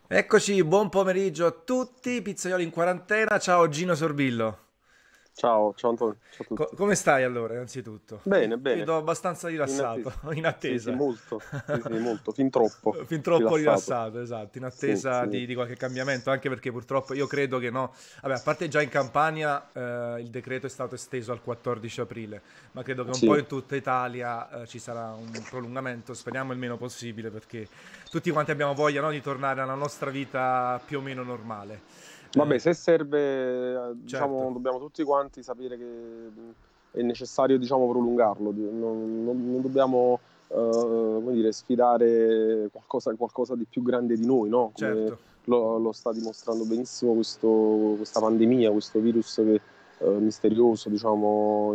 Eccoci, buon pomeriggio a tutti, pizzaioli in quarantena. Ciao Gino Sorbillo. Ciao Antonio, ciao a tutti. Come stai allora, innanzitutto? Bene, Ti bene, vedo abbastanza in rilassato, attesa. in Sì, sì, attesa. molto, sì, sì, molto, fin troppo Fin troppo rilassato. rilassato, esatto, in Sì, attesa sì, di qualche cambiamento, anche perché purtroppo io credo che no. Vabbè, a parte già in Campania il decreto è stato esteso al 14 aprile, ma credo che un po' sì. in tutta Italia ci sarà un prolungamento, speriamo il meno possibile, perché tutti quanti abbiamo voglia, no, di tornare alla nostra vita più o meno normale. Vabbè, Eh, se serve, certo. diciamo, dobbiamo tutti quanti sapere che è necessario, diciamo, prolungarlo. Non dobbiamo, come dire, sfidare qualcosa di più grande di noi, no? Come Certo, lo sta dimostrando benissimo questa pandemia, questo virus che, misterioso, diciamo,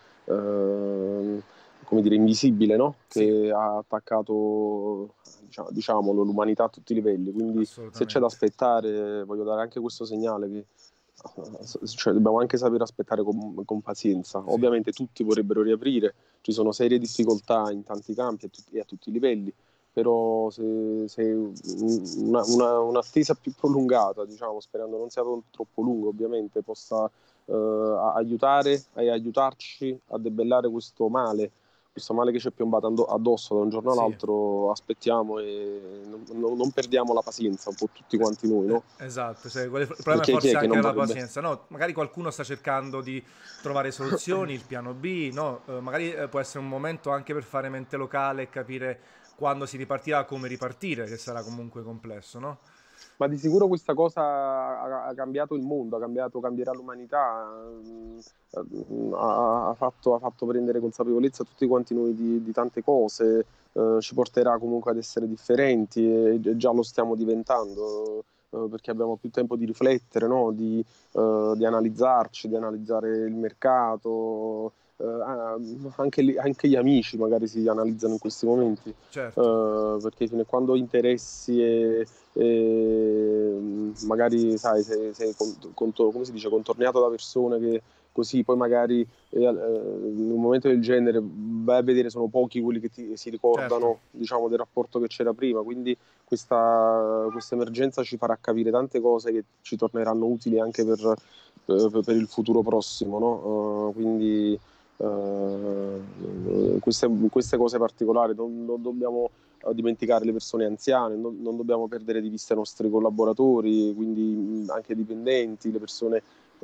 come dire, invisibile, no? sì, Che ha attaccato, diciamolo, l'umanità a tutti i livelli. Quindi se c'è da assolutamente. aspettare, voglio dare anche questo segnale che cioè, dobbiamo anche sapere aspettare con pazienza. Sì. Ovviamente tutti vorrebbero riaprire, ci sono serie difficoltà in tanti campi e a tutti i livelli, però se un'attesa più prolungata, diciamo, sperando non sia troppo lunga, ovviamente possa aiutare e aiutarci a debellare questo male che ci è piombato addosso da un giorno Sì, all'altro, aspettiamo e non perdiamo la pazienza, un po' tutti quanti noi, no? esatto, cioè, il problema è Perché chi è forse che anche non la vorrebbe? pazienza, no? Magari qualcuno sta cercando di trovare soluzioni, il piano B, no? Magari può essere un momento anche per fare mente locale e capire quando si ripartirà, come ripartire, che sarà comunque complesso, no? Ma di sicuro questa cosa ha cambiato il mondo, cambierà l'umanità, ha fatto prendere consapevolezza a tutti quanti noi di tante cose, ci porterà comunque ad essere differenti e già lo stiamo diventando, perché abbiamo più tempo di riflettere, no? Di analizzarci, di analizzare il mercato, anche gli amici magari si analizzano in questi momenti, Certo, perché fino a quando interessi e magari sai, sei come si dice, contornato da persone che così poi magari in un momento del genere vai a vedere sono pochi quelli che si certo, ricordano, diciamo, del rapporto che c'era prima, quindi questa emergenza ci farà capire tante cose che ci torneranno utili anche per il futuro prossimo, no? Quindi queste cose particolari non dobbiamo dimenticare le persone anziane, non dobbiamo perdere di vista i nostri collaboratori, quindi anche i dipendenti, le persone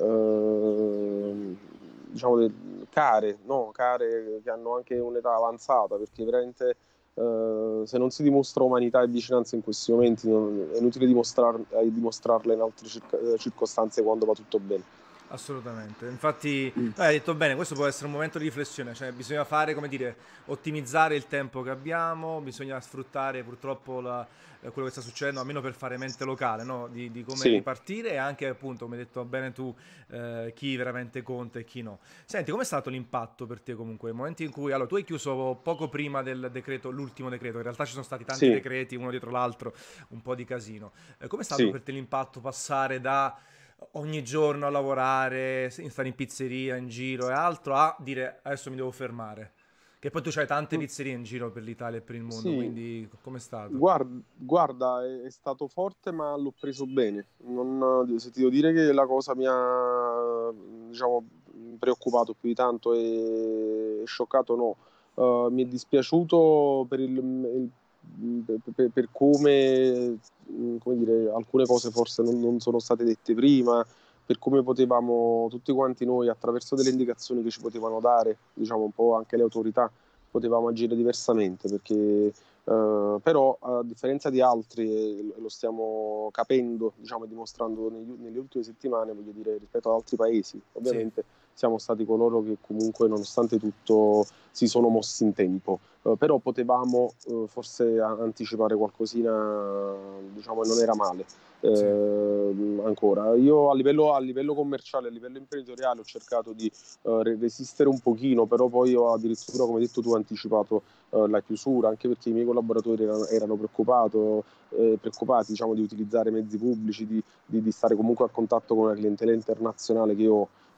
diciamo care, no? Care che hanno anche un'età avanzata, perché veramente se non si dimostra umanità e vicinanza in questi momenti è inutile dimostrarle in altre circostanze quando va tutto bene. assolutamente. Infatti, Mm. no, hai detto bene, questo può essere un momento di riflessione, cioè bisogna fare, come dire, ottimizzare il tempo che abbiamo, bisogna sfruttare purtroppo quello che sta succedendo, almeno per fare mente locale, no? Di come Sì, ripartire e anche appunto, come hai detto bene tu, chi veramente conta e chi no. Senti, com'è stato l'impatto per te comunque? Il momento in cui, allora, tu hai chiuso poco prima del decreto, l'ultimo decreto, in realtà ci sono stati tanti sì, decreti uno dietro l'altro, un po' di casino. Com'è stato sì. per te l'impatto passare da ogni giorno a lavorare, stare in pizzeria, in giro e altro, a dire adesso mi devo fermare? Che poi tu c'hai tante Mm. pizzerie in giro per l'Italia e per il mondo, Sì, quindi com'è stato? guarda, è stato forte, ma l'ho preso bene. Se ti devo dire che la cosa mi ha, diciamo, preoccupato più di tanto e scioccato, no. Mi è dispiaciuto per come dire, alcune cose forse non sono state dette prima, per come potevamo, tutti quanti noi, attraverso delle indicazioni che ci potevano dare, diciamo un po' anche le autorità, potevamo agire diversamente, perché però a differenza di altri, e lo stiamo capendo, diciamo, e dimostrando nelle ultime settimane, voglio dire, rispetto ad altri paesi, Sì, ovviamente siamo stati coloro che comunque, nonostante tutto, si sono mossi in tempo. Però potevamo forse anticipare qualcosina, diciamo, e non era male. sì, Ancora, io a livello commerciale, a livello imprenditoriale ho cercato di resistere un pochino, però poi ho addirittura, come hai detto tu, anticipato la chiusura, anche perché i miei collaboratori erano preoccupati, diciamo, di utilizzare mezzi pubblici, di stare comunque a contatto con una clientela internazionale che io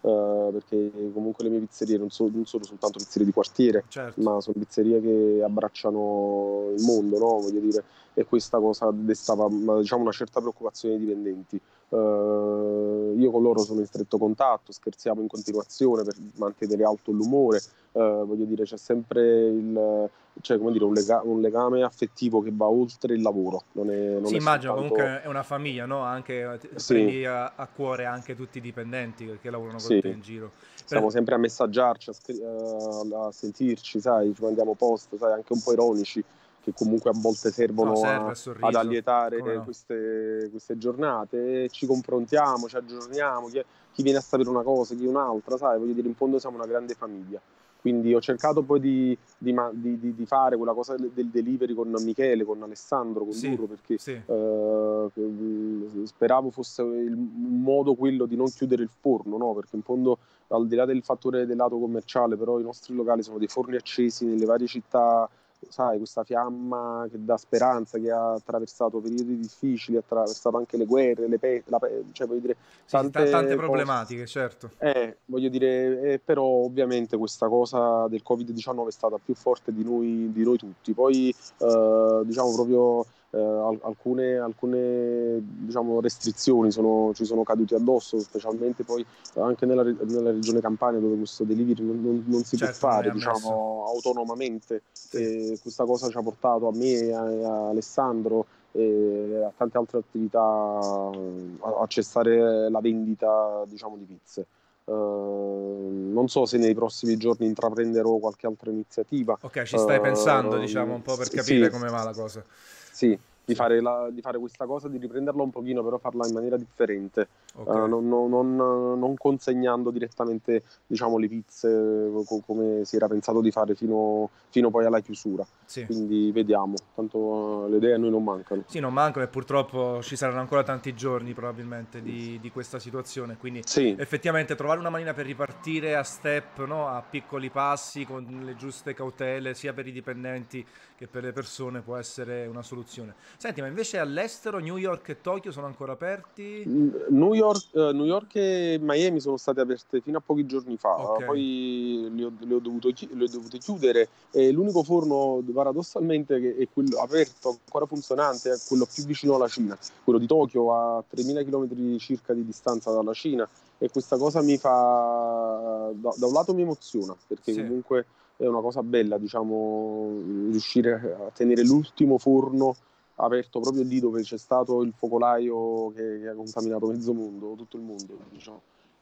perché comunque le mie pizzerie non sono soltanto pizzerie di quartiere, Certo. ma sono pizzerie che abbracciano il mondo, no? Voglio dire, e questa cosa destava, diciamo, una certa preoccupazione ai dipendenti. Io con loro sono in stretto contatto, scherziamo in continuazione per mantenere alto l'umore. Voglio dire, c'è sempre cioè, come dire, un legame affettivo che va oltre il lavoro, non Sì, è immagino soltanto. comunque è una famiglia, no? Anche Sì, prendi a cuore anche tutti i dipendenti che lavorano con sì, te in giro. stiamo Per- sempre a messaggiarci, a sentirci, sai, ci mandiamo post, sai, anche un po' ironici, che comunque a volte No, servono serve a ad sorriso, allietare come no? queste giornate, e ci confrontiamo, ci aggiorniamo, chi viene a sapere una cosa, chi un'altra, sai, voglio dire, in fondo siamo una grande famiglia. Quindi ho cercato poi di fare quella cosa del delivery con Michele, con Alessandro, con Sì, Durro, perché sì. speravo fosse un modo quello di non chiudere il forno, no? Perché in fondo, al di là del fattore del lato commerciale, però i nostri locali sono dei forni accesi nelle varie città, sai, questa fiamma che dà speranza, che ha attraversato periodi difficili, ha attraversato anche le guerre, cioè voglio dire, Sì, sì, tante tante cose. problematiche, certo. Voglio dire, però ovviamente questa cosa del Covid-19 è stata più forte di noi tutti. Poi, diciamo proprio, alcune diciamo, restrizioni ci sono cadute addosso, specialmente poi anche nella regione Campania, dove questo delivery non si può Certo, non è fare, ammesso. diciamo, autonomamente. Sì. Questa cosa ci ha portato a me a Alessandro e a tante altre attività a cessare la vendita, diciamo, di pizze. Non so se nei prossimi giorni intraprenderò qualche altra iniziativa. Ok, ci stai pensando, diciamo, un po' per capire Sì, come va la cosa. sì, Sì, di fare questa cosa, di riprenderla un pochino, però farla in maniera differente, ok. non consegnando direttamente, diciamo, le pizze come si era pensato di fare fino poi alla chiusura. Sì. Quindi vediamo, tanto le idee a noi non mancano. Sì, non mancano e purtroppo ci saranno ancora tanti giorni probabilmente di questa situazione, quindi Sì, effettivamente trovare una manina per ripartire a step, no? A piccoli passi, con le giuste cautele, sia per i dipendenti che per le persone, può essere una soluzione. Senti, ma invece all'estero, New York e Tokyo sono ancora aperti? New York e Miami sono state aperte fino a pochi giorni Ok, fa, poi le ho dovute chiudere. E l'unico forno, paradossalmente, che è quello aperto, ancora funzionante, è quello più vicino alla Cina, quello di Tokyo, a 3.000 km circa di distanza dalla Cina. E questa cosa da un lato mi emoziona, perché sì. comunque è una cosa bella, diciamo, riuscire a tenere l'ultimo forno aperto proprio lì dove c'è stato il focolaio che ha contaminato mezzo mondo, tutto il mondo, diciamo.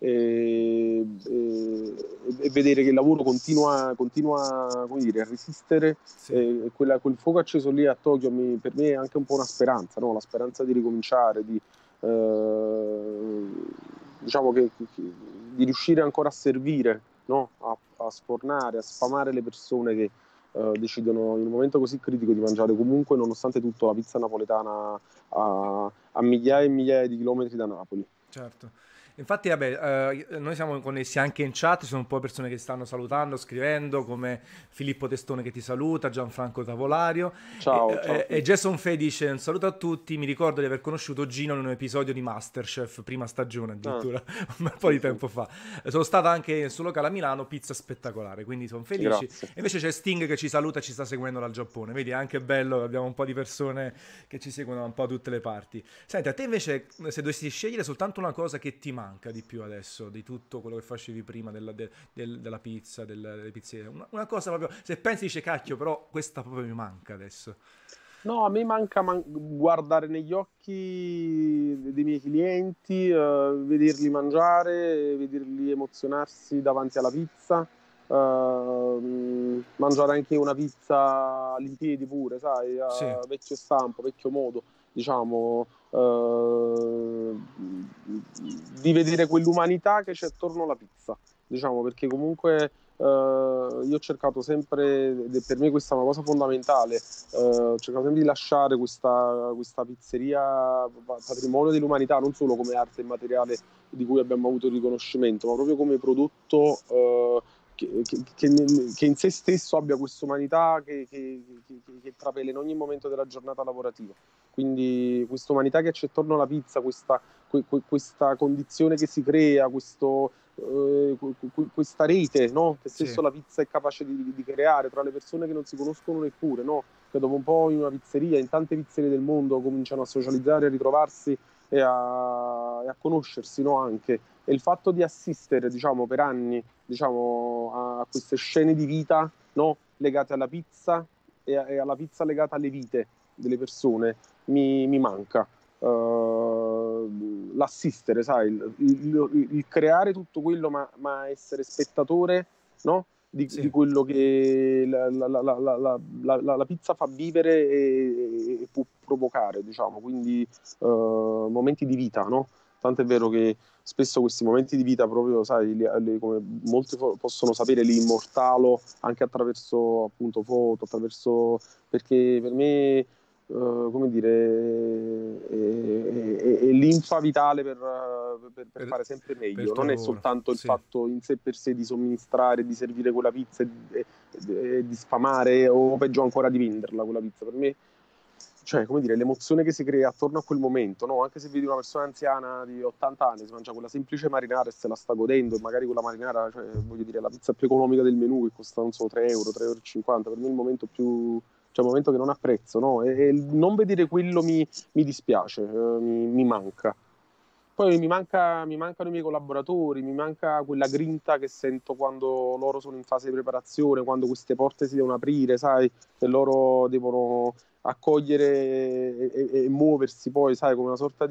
E vedere che il lavoro continua come dire, a resistere, Sì. quel fuoco acceso lì a Tokyo per me è anche un po' una speranza, no? La speranza di ricominciare, eh, diciamo di riuscire ancora a servire, no? A sfornare, a sfamare le persone che decidono in un momento così critico di mangiare comunque, nonostante tutto, la pizza napoletana a migliaia e migliaia di chilometri da Napoli. Certo. Infatti, vabbè, noi siamo connessi anche in chat, ci sono un po' persone che stanno salutando, scrivendo, come Filippo Testone che ti saluta, Gianfranco Tavolario, Ciao, ciao e Filippo. Jason Fay dice un saluto a tutti, mi ricordo di aver conosciuto Gino in un episodio di Masterchef, prima stagione Ah, addirittura, un po' sì, di sì, tempo fa. Sono stato anche nel suo locale a Milano, pizza spettacolare, quindi sono felici. grazie. E invece c'è Sting che ci saluta e ci sta seguendo dal Giappone, vedi, è anche bello, abbiamo un po' di persone che ci seguono da un po' da tutte le parti. Senti, a te invece, se dovessi scegliere soltanto una cosa che ti manca di più adesso, di tutto quello che facevi prima della pizza, delle pizzerie, una cosa proprio, se pensi dice cacchio, però questa proprio mi manca adesso. No, a me manca guardare negli occhi dei miei clienti, vederli mangiare, vederli emozionarsi davanti alla pizza, mangiare anche una pizza all'impiedi pure, sai, Sì, a vecchio stampo, vecchio modo, diciamo, di vedere quell'umanità che c'è attorno alla pizza, diciamo, perché comunque io ho cercato sempre, ed è per me questa è una cosa fondamentale, ho cercato sempre di lasciare questa pizzeria patrimonio dell'umanità, non solo come arte immateriale di cui abbiamo avuto il riconoscimento, ma proprio come prodotto che in sé stesso abbia questa umanità che trapela in ogni momento della giornata lavorativa. Quindi questa umanità che c'è attorno alla pizza, questa condizione che si crea, questa rete, no? Che Sì, stesso la pizza è capace di creare tra le persone che non si conoscono neppure, no? Che dopo un po' in una pizzeria, in tante pizzerie del mondo cominciano a socializzare, a ritrovarsi e a conoscersi, no? Anche. E il fatto di assistere, diciamo, per anni, diciamo, a queste scene di vita, no? Legate alla pizza e alla pizza legata alle vite delle persone, mi manca. L'assistere, sai, il creare tutto quello, ma essere spettatore, no? Di sì, quello che la pizza fa vivere e può provocare, diciamo, quindi momenti di vita, no? Tanto è vero che spesso questi momenti di vita, proprio, sai, come molti possono sapere, li immortalo anche attraverso appunto foto, attraverso perché per me come dire, è linfa vitale per per, fare sempre per il meglio. tuo Non è lavoro, soltanto il sì. fatto in sé per sé di somministrare, di servire quella pizza e di sfamare o peggio ancora di venderla quella pizza. Per me, cioè, come dire, l'emozione che si crea attorno a quel momento, no? Anche se vedi una persona anziana di 80 anni, si mangia quella semplice marinara e se la sta godendo, e magari quella marinara, cioè, voglio dire, la pizza più economica del menù che costa, non so, 3 euro, 3,50 euro, per me è il momento più, cioè, un momento che non apprezzo, no? E il non vedere quello mi dispiace, mi manca. Poi mi mancano i miei collaboratori, mi manca quella grinta che sento quando loro sono in fase di preparazione, quando queste porte si devono aprire, sai, e loro devono accogliere e muoversi poi, sai, come una sorta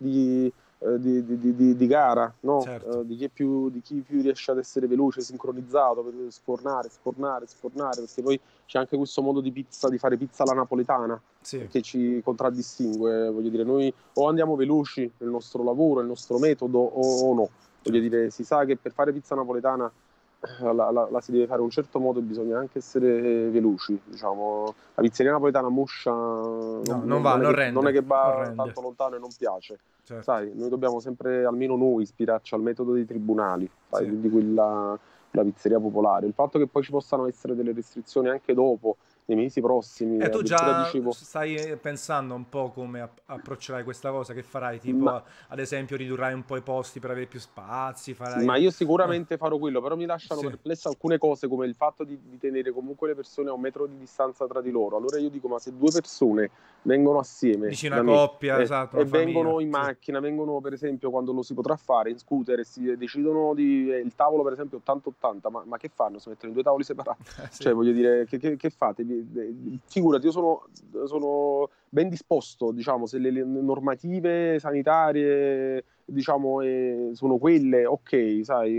di gara, no? Certo, Di chi più riesce ad essere veloce, sincronizzato per sfornare, sfornare, sfornare, perché poi c'è anche questo modo di pizza, di fare pizza alla napoletana sì. che ci contraddistingue, voglio dire, noi o andiamo veloci nel nostro lavoro, nel nostro metodo o no. Voglio Certo. dire, si sa che per fare pizza napoletana la si deve fare in un certo modo e bisogna anche essere veloci, diciamo. La pizzeria napoletana moscia No, non va, non è che non va rende, tanto lontano e non piace. certo, Sai, noi dobbiamo sempre, almeno noi, ispirarci al metodo dei tribunali, sai, sì. quindi la pizzeria popolare. Il fatto che poi ci possano essere delle restrizioni anche dopo, nei mesi prossimi, Tu addirittura già dicevo, stai pensando un po' come approccerai questa cosa, che farai? ma Tipo, ad esempio, ridurrai un po' i posti per avere più spazi, Ma farai... io Ah, sicuramente farò quello, però mi lasciano sì, perplesse alcune cose, come il fatto di tenere comunque le persone a 1 metro di distanza tra di loro. Allora io dico, ma se due persone vengono assieme dici una da me coppia, esatto, una e famiglia, vengono in sì, macchina, vengono per esempio quando lo si potrà fare in scooter e si decidono di il tavolo per esempio 80-80, ma che fanno? Si mettono in due tavoli separati? Cioè sì, voglio dire, che fate? Figurati, io sono ben disposto, diciamo, se le normative sanitarie diciamo, sono quelle, ok, sai,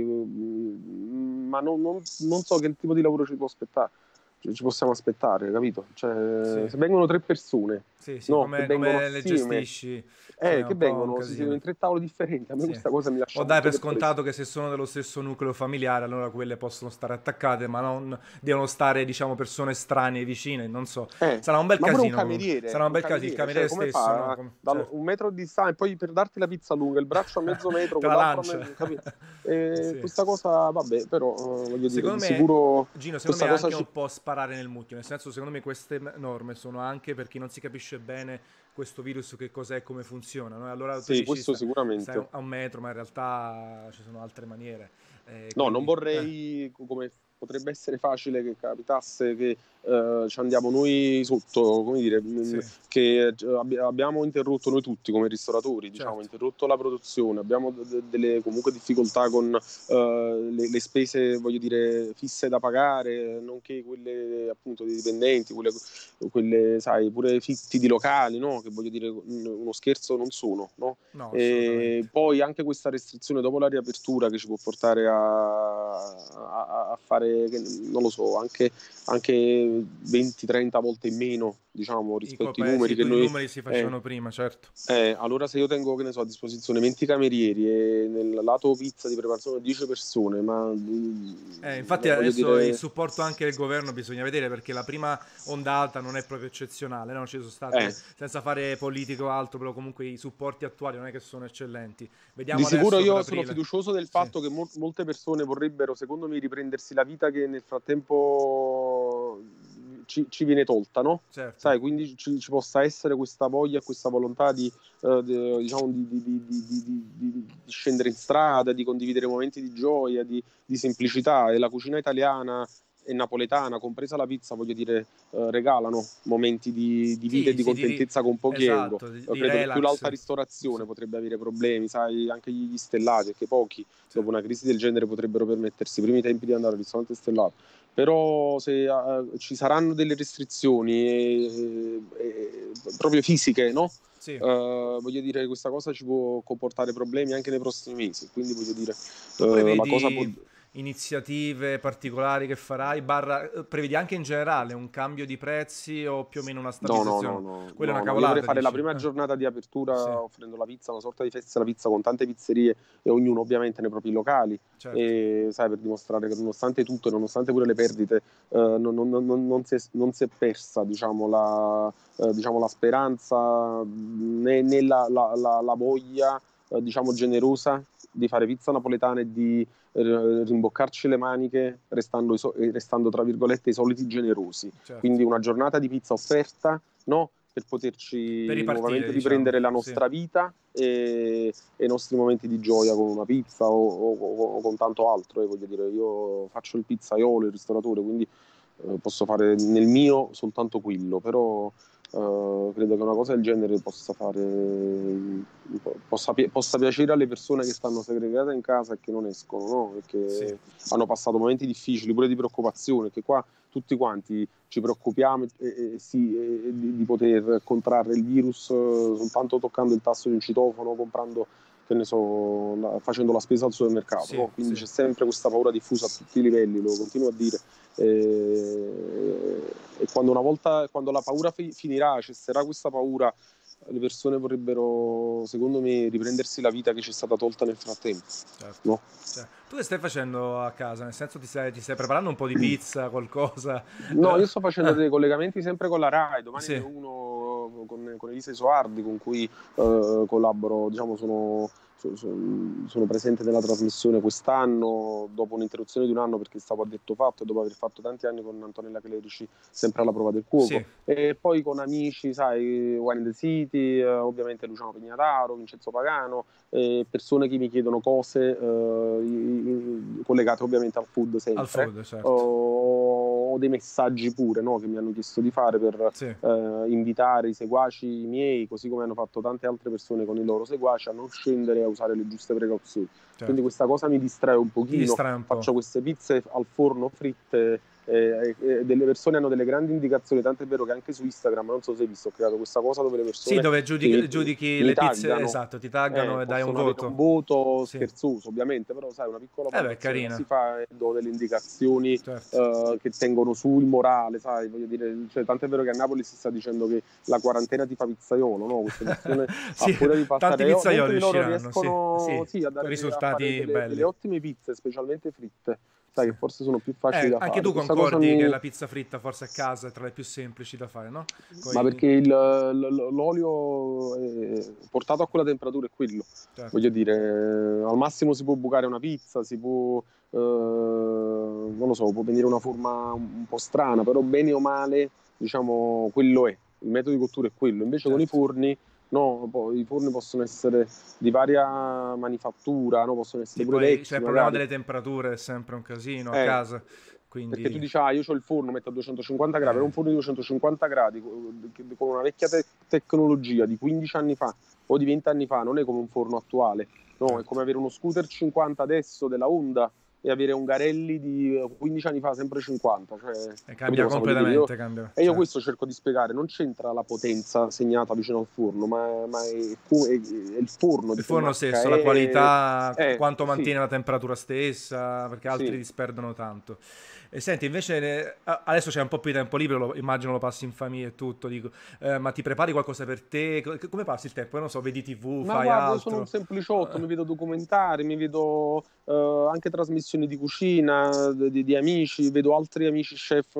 ma non so che tipo di lavoro ci può aspettare, cioè, ci possiamo aspettare, capito? Cioè, sì, se vengono 3 persone, sì, sì, no, che vengono come le assieme, gestisci? Sì, è che un po' un vengono, si siedono in casino. 3 tavoli differenti, a me Sì. questa cosa mi O lascia dai molto per perplesso. scontato che se sono dello stesso nucleo familiare, allora quelle possono stare attaccate, ma non devono stare, diciamo, persone estranee vicine, non so. Sarà un bel Ma pure casino comunque. Sarà un un bel casino, il cameriere, cioè cameriere come stesso, no? fa da Certo. 1 metro di distanza e poi per darti la pizza lunga, il braccio a mezzo metro, Te la quell'altro lancia. capito? Sì. Questa cosa, vabbè, però voglio dire, Secondo di me, sicuro Gino, secondo questa me è cosa anche ci... un po' sparare nel mucchio, nel senso, secondo me queste norme sono anche per chi non si capisce bene questo virus che cos'è e come funziona, no? E allora tu Sì, dici questo stai sicuramente. a 1 metro, ma in realtà ci sono altre maniere. No, non Quindi, vorrei, come potrebbe essere facile che capitasse, che ci andiamo noi sotto, come dire, sì, che abbiamo interrotto noi tutti come ristoratori, diciamo, certo. interrotto la produzione, abbiamo delle comunque difficoltà con le spese, voglio dire, fisse da pagare, nonché quelle appunto dei dipendenti, quelle, sai, pure fitti di locali, no? Che voglio dire, uno scherzo non sono, no? No, E assolutamente. poi anche questa restrizione dopo la riapertura che ci può portare a fare, non lo so, anche 20-30 volte in meno, diciamo, rispetto ai numeri Sì, che i noi... numeri si eh, facevano prima, certo. allora se io tengo, che ne so, a disposizione 20 camerieri e nel lato pizza di preparazione 10 persone, ma Infatti voglio adesso il dire... supporto anche del governo bisogna vedere perché la prima ondata non è proprio eccezionale, no? Ci sono state, Eh, senza fare politico o altro, però comunque i supporti attuali non è che sono eccellenti. Di Vediamo sicuro adesso per io sono aprile. fiducioso del Sì, fatto che molte persone vorrebbero, secondo me, riprendersi la vita che nel frattempo ci viene tolta, no? certo. Sai, quindi ci possa essere questa voglia, questa volontà diciamo, di scendere in strada, di condividere momenti di gioia, di semplicità. E la cucina italiana e napoletana, compresa la pizza, voglio dire, regalano momenti di vita e Sì, di sì, contentezza con pochi euro. esatto, di Credo che più relax. l'alta ristorazione Sì, potrebbe avere problemi, sai, anche gli stellati, che pochi sì. dopo una crisi del genere potrebbero permettersi i primi tempi di andare al ristorante stellato. Però se ci saranno delle restrizioni proprio fisiche, no? Sì. Voglio dire, questa cosa ci può comportare problemi anche nei prossimi mesi, quindi voglio dire, Tu la cosa può... prevedi iniziative particolari che farai, barra, prevedi anche in generale un cambio di prezzi o più o meno una No, no, no, stabilizzazione? no, Quella è una no, no, io vorrei cavolata, fare la dici? prima giornata di Sì, apertura offrendo la pizza, una sorta di festa della pizza con tante pizzerie e ognuno ovviamente nei propri locali, certo. e sai, per dimostrare che nonostante tutto, nonostante pure le perdite, non si è persa, diciamo, la speranza né la voglia, diciamo, generosa di fare pizza napoletana e di rimboccarci le maniche restando, tra virgolette, i soliti generosi. Certo. Quindi una giornata di pizza offerta, no? Per Per poterci ripartire, nuovamente diciamo. riprendere la Sì. nostra vita e i nostri momenti di gioia con una pizza o con tanto altro. Voglio dire, io faccio il pizzaiolo, il ristoratore, quindi posso fare nel mio soltanto quello, però credo che una cosa del genere possa piacere alle persone che stanno segregate in casa e che non escono, no? E Sì. che hanno passato momenti difficili, pure di preoccupazione, che qua tutti quanti ci preoccupiamo di poter contrarre il virus soltanto toccando il tasto di un citofono, comprando, che ne so, facendo la spesa al supermercato, Sì, no? Quindi sì. c'è sempre questa paura diffusa a tutti i livelli, lo continuo a dire. E quando la paura finirà, cesserà questa paura, le persone vorrebbero, secondo me, riprendersi la vita che ci è stata tolta nel frattempo, Certo. no? Cioè, tu che stai facendo a casa? Nel senso ti stai preparando un po' di pizza, qualcosa? No, io sto facendo dei collegamenti sempre con la Rai. Domani ne Sì, ho uno con Elisa Isoardi, con cui collaboro, diciamo, sono presente nella trasmissione quest'anno, dopo un'interruzione di un anno perché stavo a detto fatto e dopo aver fatto tanti anni con Antonella Clerici, sempre alla prova del cuoco. sì. E poi con amici, sai, Wine in the City, ovviamente Luciano Pignataro, Vincenzo Pagano, persone che mi chiedono cose collegate ovviamente al food Al sempre, food, certo. o dei messaggi pure, no, che mi hanno chiesto di fare per Sì, invitare i seguaci miei, così come hanno fatto tante altre persone con i loro seguaci, a non scendere e a usare le giuste precauzioni. Quindi certo. questa cosa mi distrae un Ti pochino, distrae un po'. faccio queste pizze al forno fritte, delle persone hanno delle grandi indicazioni, tanto è vero che anche su Instagram, non so se hai visto, ho creato questa cosa dove le Sì, persone dove che giudichi mi le pizze, taggano, esatto, ti taggano e dai un possono avere un voto. voto Sì. scherzoso ovviamente, però sai, una piccola Beh, valutazione la carina. si fa e do delle indicazioni Certo. che tengono su il morale, sai, voglio dire, cioè, tanto è vero che a Napoli si sta dicendo che la quarantena ti fa pizzaiolo, no? Queste persone a Sì, furia di tanti passare, pizzaioli mentre loro riusciranno, sì, riescono sì, sì, con a fare risultati delle belli. ottime pizze, specialmente fritte, sai, Sì. che forse sono più facili da Anche fare. tu Questa cosa concordi che mi... la pizza fritta forse a casa è tra le più semplici da fare, no? Ma Coi... perché l'olio portato a quella temperatura è quello. Certo, Voglio dire, al massimo si può bucare una pizza, non lo so, può venire una forma un po' strana, però bene o male, diciamo, quello è. Il metodo di cottura è quello. Invece con i certo. forni, no, poi i forni possono essere di varia manifattura, no? Possono essere Sì, pure poi c'è vecchi il problema magari. delle temperature, è sempre un casino a Eh, casa, perché tu quindi... dici, ah, io ho il forno, metto a 250 gradi, però un forno di 250 gradi con una vecchia tecnologia di 15 anni fa o di 20 anni fa non è come un forno attuale, no, è Certo. come avere uno scooter 50 adesso della Honda e avere un Garelli di 15 anni fa sempre 50, cioè, E capito cambia cosa voglio dire? Io, completamente, cambia, e io certo. questo cerco di spiegare, non c'entra la potenza segnata vicino al forno, ma è il forno Il di che forno marca stesso, la qualità, quanto sì, mantiene la temperatura stessa, perché altri sì. disperdono tanto. E senti, invece, adesso c'è un po' più di tempo libero, immagino lo passi in famiglia e tutto, dico, ma ti prepari qualcosa per te? Come passi il tempo? Io non so, vedi TV, Ma fai guarda, io sono un altro? sempliciotto, mi vedo documentari, mi vedo anche trasmissioni lezioni di cucina di amici, vedo altri amici chef,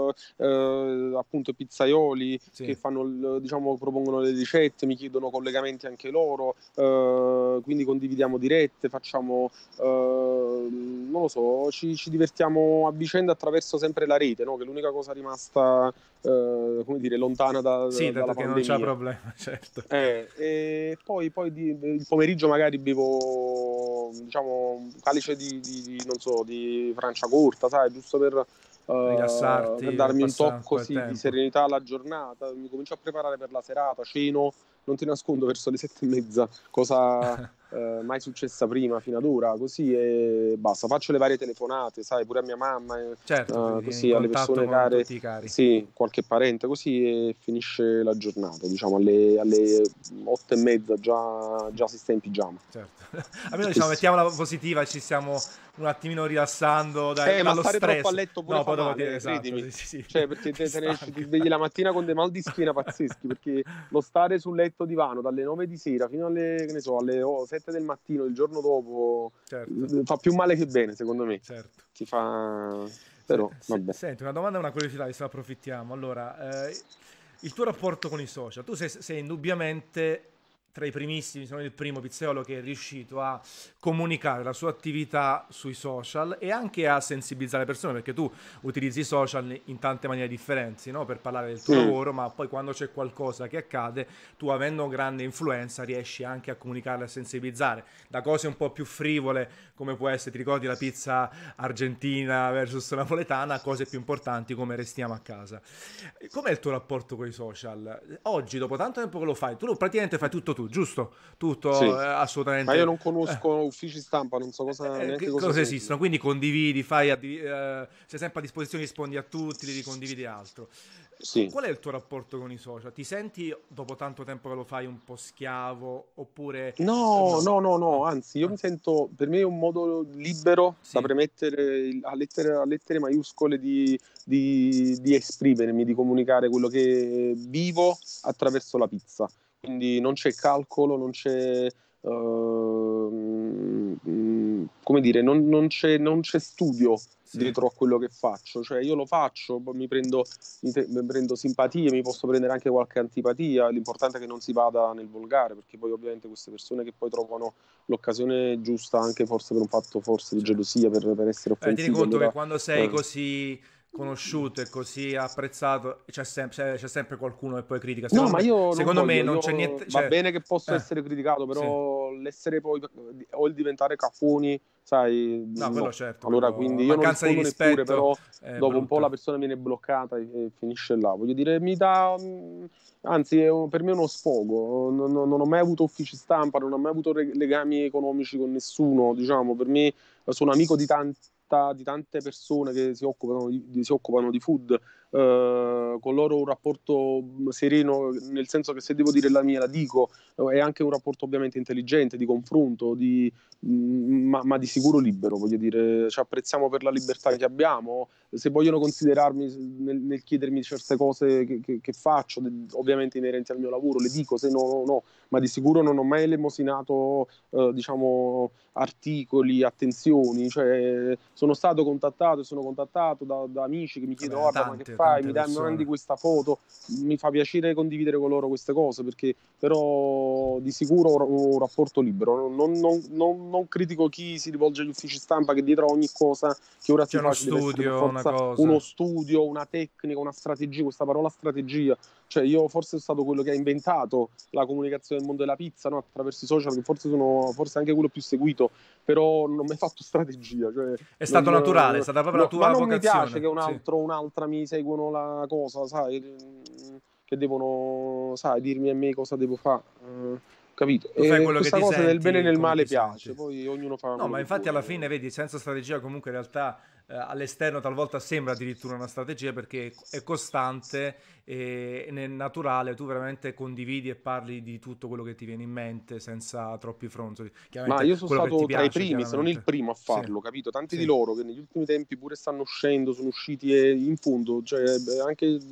appunto pizzaioli, che Sì. fanno, diciamo, propongono le ricette, mi chiedono collegamenti anche loro, quindi condividiamo dirette, facciamo, non lo so, ci divertiamo a vicenda attraverso sempre la rete, no? Che è l'unica cosa rimasta, come dire, lontana Sì, dalla dato che non c'è pandemia. problema, certo. E poi il pomeriggio magari bevo, diciamo, un calice non so, di Franciacorta, sai, giusto per Rilassarti, per darmi un passare un tocco po' il sì, di tempo. serenità alla giornata. Mi comincio a preparare per la serata, ceno, non ti nascondo, verso le 7:30, cosa mai successa prima fino ad ora, così e basta. Faccio le varie telefonate, sai, pure a mia mamma, Certo, vieni in così alle contatto persone con care, tutti i cari. sì, qualche parente, così e finisce la giornata, diciamo alle 8:30 già si sta in pigiama. Certo. Almeno Sì, diciamo, sì. mettiamola positiva, ci stiamo un attimino rilassando Ma dallo stare troppo a stress. letto pure No, fa poi dopo male, esatto, credimi. sì, sì, sì, Cioè, perché ti te ne esci, ti stanca. svegli la mattina con dei mal di schiena pazzeschi, perché lo stare sul letto divano dalle 9 di sera fino alle, che ne so, alle 7 del mattino il giorno dopo Certo, fa più male che bene, secondo me. certo. Ti fa... Però, vabbè. Senti, una domanda e una curiosità, adesso ne approfittiamo. Allora, il tuo rapporto con i social, tu sei indubbiamente tra i primissimi, se non il primo pizzaiolo che è riuscito a comunicare la sua attività sui social e anche a sensibilizzare le persone, perché tu utilizzi i social in tante maniere differenti, no? Per parlare del tuo Mm, lavoro, ma poi quando c'è qualcosa che accade, tu avendo grande influenza riesci anche a comunicare e a sensibilizzare, da cose un po' più frivole, come può essere, ti ricordi la pizza argentina versus napoletana, cose più importanti come restiamo a casa. Com'è il tuo rapporto con i social? Oggi, dopo tanto tempo che lo fai, tu praticamente fai tutto tu, giusto? Tutto sì. Ma io assolutamente. non conosco uffici stampa, non so neanche Che cosa cosa siano. esistono? Quindi condividi, sei sempre a disposizione, rispondi a tutti, li ricondividi altro. Sì. Qual è il tuo rapporto con i social? Ti senti dopo tanto tempo che lo fai un po' schiavo oppure No, no? no, no, no, Ah, anzi, io ah, mi sento, per me è un modo libero da sì, premettere a lettere maiuscole di esprimermi, di comunicare quello che vivo attraverso la pizza. Quindi non c'è calcolo, non c'è, come dire, non c'è studio sì. dietro a quello che faccio. Cioè io lo faccio, poi mi prendo simpatie, mi posso prendere anche qualche antipatia, l'importante è che non si vada nel volgare, perché poi ovviamente queste persone che poi trovano l'occasione giusta anche forse per un fatto forse di Certo. gelosia, per essere Tieni offensivi, conto che allora quando sei così conosciuto e così apprezzato, c'è sempre qualcuno che poi critica. no, ma io non Secondo me voglio, non c'è niente. va Cioè, bene che posso essere criticato, sì. però l'essere poi o il diventare caffoni, sai, No, quello no. certo, Allora, quello. quindi io non Mancanza di rispondo neppure, rispetto però è dopo un po' la brutto. persona viene bloccata e finisce là. Voglio dire, anzi, per me è uno sfogo. Non ho mai avuto uffici stampa, non ho mai avuto legami economici con nessuno, diciamo, per me sono amico di tante persone che si occupano di food, con loro un rapporto sereno, nel senso che se devo dire la mia la dico, è anche un rapporto ovviamente intelligente, di confronto, ma di sicuro libero, voglio dire, ci apprezziamo per la libertà che abbiamo, se vogliono considerarmi nel chiedermi certe cose che faccio, ovviamente inerenti al mio lavoro, le dico, se no, no, ma di sicuro non ho mai elemosinato, diciamo, articoli, attenzioni, cioè sono stato contattato e sono contattato da amici che mi chiedono Vabbè, guarda ma che fai, tante mi mandi persone. questa foto, mi fa piacere condividere con loro queste cose perché però di sicuro ho un rapporto libero, non critico chi si rivolge agli uffici stampa che dietro a ogni cosa che ora C'è si uno fa ci deve essere per studio, una forza uno cosa. studio, una tecnica, una strategia, questa parola strategia, cioè io forse sono stato quello che ha inventato la comunicazione del mondo della pizza, no? Attraverso i social che forse sono forse anche quello più seguito, però non ho mai fatto strategia, cioè È stato naturale, è stata proprio la ma tua non mi piace vocazione. che un Sì. altro o un'altra mi seguono la cosa, sai, che devono, sai, dirmi a me cosa devo fare, capito? Tu fai E quello che questa ti cosa del bene e senti, nel come male ti piace, senti. poi ognuno fa No, quello ma che infatti alla vuole. fine, vedi, senza strategia comunque in realtà all'esterno talvolta sembra addirittura una strategia perché è costante e nel naturale tu veramente condividi e parli di tutto quello che ti viene in mente senza troppi fronzoli. Ma Chiaramente io sono quello che ti stato tra i piace, primi, se non il chiaramente. primo a Sì, farlo, capito? Tanti di sì, loro che negli ultimi tempi pure stanno uscendo, sono usciti e in fondo, cioè, anche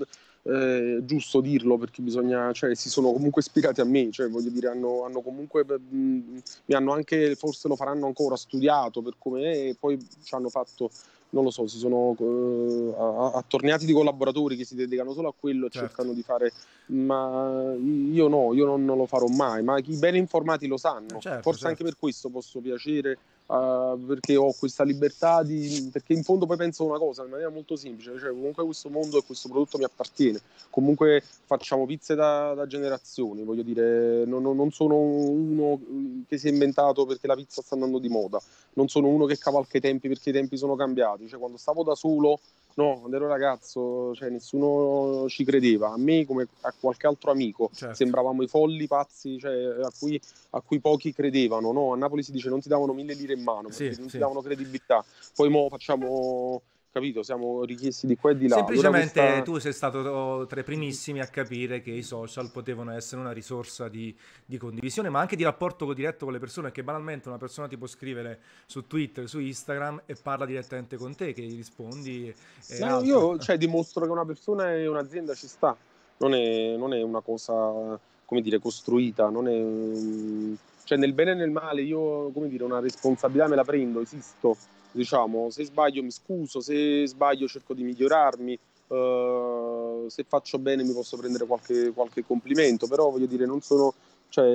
giusto dirlo perché bisogna, cioè, si sono comunque ispirati a me, cioè, voglio dire, hanno comunque, mi hanno anche, forse lo faranno ancora, studiato per come è, e poi ci hanno fatto, non lo so, si sono attorniati di collaboratori che si dedicano solo a quello e Certo. cercano di fare, ma io no, io non lo farò mai, ma i bene informati lo sanno, Certo, forse anche certo. per questo posso piacere, perché ho questa libertà perché in fondo poi penso una cosa in maniera molto semplice, cioè comunque questo mondo e questo prodotto mi appartiene, comunque facciamo pizze da generazioni, voglio dire, non sono uno che si è inventato perché la pizza sta andando di moda, non sono uno che cavalca i tempi perché i tempi sono cambiati, cioè quando stavo da solo, no, quando ero ragazzo, cioè, nessuno ci credeva, a me come a qualche altro amico Certo. sembravamo i folli pazzi, cioè, a cui pochi credevano, no? A Napoli si dice non ti davano 1.000 lire in mano Sì, perché non ti sì. davano credibilità, poi mo facciamo, capito, siamo richiesti di qua e di là, allora Semplicemente questa... tu sei stato tra i primissimi a capire che i social potevano essere una risorsa di condivisione, ma anche di rapporto diretto con le persone, che banalmente una persona ti può scrivere su Twitter, su Instagram e parla direttamente con te, che gli rispondi e Ma altro. io, cioè, dimostro che una persona e un'azienda ci sta, non è una cosa, come dire, costruita, non è, cioè, nel bene e nel male io, come dire, una responsabilità me la prendo, esisto, diciamo, se sbaglio mi scuso, se sbaglio cerco di migliorarmi, se faccio bene mi posso prendere qualche complimento, però voglio dire, cioè,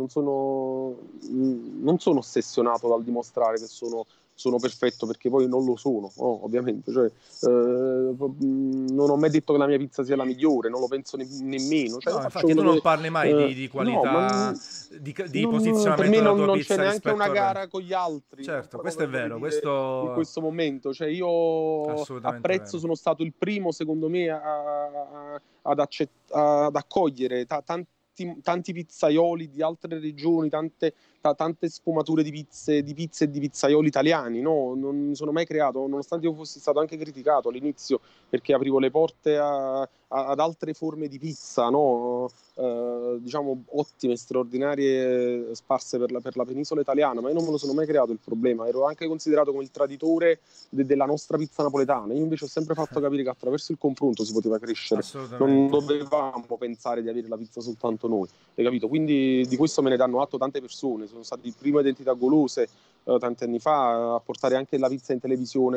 non sono ossessionato dal dimostrare che sono perfetto perché poi non lo sono, oh, ovviamente. Cioè, non ho mai detto che la mia pizza sia la migliore, non lo penso nemmeno. Cioè, io No, faccio infatti tu quello non che. parli mai di No, ma qualità, di per me posizionamento della tua non c'è pizza neanche rispetto una al resto. gara con gli altri, non Certo, proprio questo è per vorrei vero, dire in questo questo momento. Cioè, io assolutamente apprezzo, vero. sono stato il primo, secondo me, ad accogliere tanti pizzaioli di altre regioni, tante sfumature di pizze e di pizzaioli italiani, no? Non mi sono mai creato, nonostante io fossi stato anche criticato all'inizio perché aprivo le porte ad altre forme di pizza, no? Diciamo ottime, straordinarie, sparse per la penisola italiana, ma io non me lo sono mai creato il problema, ero anche considerato come il traditore della nostra pizza napoletana. Io invece ho sempre fatto capire che attraverso il confronto si poteva crescere, non Assolutamente. dovevamo pensare di avere la pizza soltanto noi, hai capito? Quindi di questo me ne danno atto tante persone, sono stati il primo Identità Golose tanti anni fa a portare anche la pizza in televisione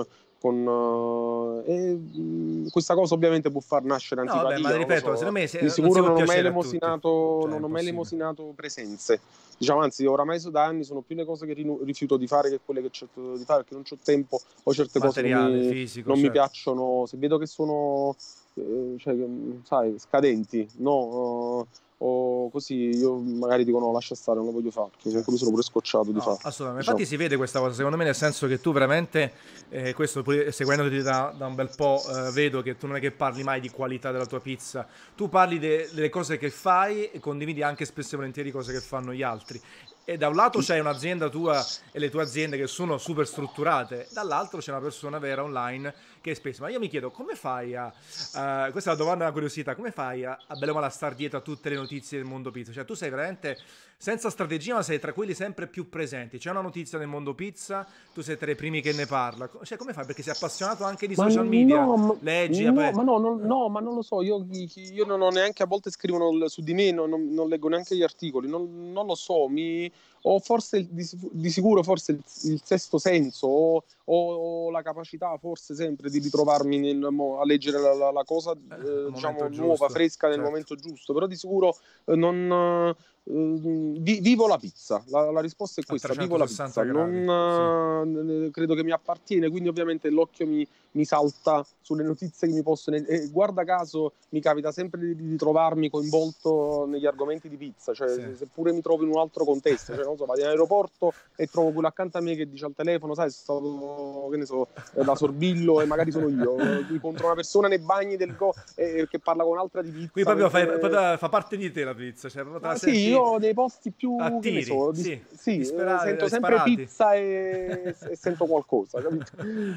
questa cosa ovviamente può far nascere No, vabbè, ma antipatia, non lo ripeto, so, secondo me di non si sicuro può piacere a tutti. Cioè, è non ho mai impossibile. elemosinato presenze, diciamo, anzi oramai da anni sono più le cose che rifiuto di fare che quelle che cerco di fare perché non ho tempo o certe cose Materiale, fisico, non mi certo. piacciono, se vedo che sono cioè, sai, scadenti, no? O così io magari dico no, lascia stare, non lo voglio fare, perché comunque Certo. mi sono pure scocciato di No, farlo, assolutamente. diciamo. Infatti si vede questa cosa, secondo me, nel senso che tu veramente, questo pure seguendoti da un bel po', vedo che tu non è che parli mai di qualità della tua pizza, tu parli delle cose che fai e condividi anche spesso e volentieri cose che fanno gli altri. E da un lato c'è un'azienda tua e le tue aziende che sono super strutturate, dall'altro c'è una persona vera online che è spesso. Ma io mi chiedo, come fai questa è la domanda, una curiosità, come fai a bene o male a star dietro a tutte le notizie del mondo pizza? Cioè tu sei veramente senza strategia, ma sei tra quelli sempre più presenti. C'è una notizia nel mondo pizza, tu sei tra i primi che ne parla. Cioè, come fai? Perché sei appassionato anche di Ma social media, no, leggi, no, vabbè. ma no, no, ma non lo so, io non ho neanche, a volte scrivono su di me, non leggo neanche gli articoli, non lo so, ho forse di sicuro forse il sesto senso, o la capacità forse sempre di ritrovarmi a leggere la cosa, Al diciamo, momento nuova, giusto, fresca nel certo. momento giusto, però di sicuro non... vivo la pizza, la risposta è A questa, vivo la 360 pizza, gradi, sì. credo che mi appartiene, quindi ovviamente l'occhio mi salta sulle notizie che mi possono... E guarda caso mi capita sempre di ritrovarmi coinvolto negli argomenti di pizza, cioè Sì. seppure mi trovo in un altro contesto, cioè non so, vado in aeroporto e trovo quello accanto a me che dice al telefono, sai, sono stato, che ne so, da Sorbillo e magari sono io, incontro una persona nei bagni che parla con un'altra di Qui pizza proprio mentre... fa parte di te la pizza, cioè proprio te la Ma sì, io senti ho dei posti a più, che ne tiri, so, sì, sì, sento sempre disperati. pizza e sento qualcosa, capito?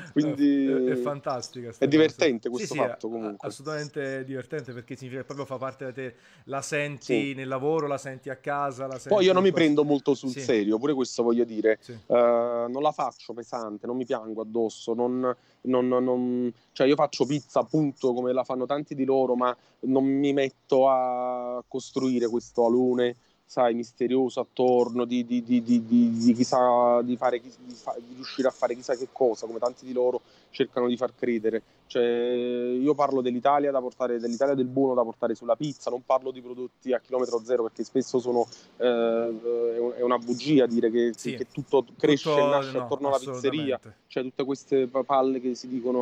È Quindi fantastica è sta cosa. divertente Sì, questo sì, è fatto comunque. assolutamente divertente perché significa che proprio fa parte da te. La Sì. senti nel lavoro, la senti a casa, la Poi io senti non in mi qualsiasi... prendo molto sul Sì, serio, pure questo voglio dire. sì. Non la faccio pesante, non mi piango addosso, cioè io faccio pizza appunto come la fanno tanti di loro, ma non mi metto a costruire questo alone, sai, misterioso attorno di chissà, di riuscire a fare chissà che cosa, come tanti di loro cercano di far credere. Cioè, io parlo dell'Italia da portare, dell'Italia del buono da portare sulla pizza, non parlo di prodotti a chilometro zero perché spesso è una bugia dire Sì, che tutto cresce e tutto nasce no, attorno alla pizzeria, assolutamente. cioè tutte queste palle che si dicono.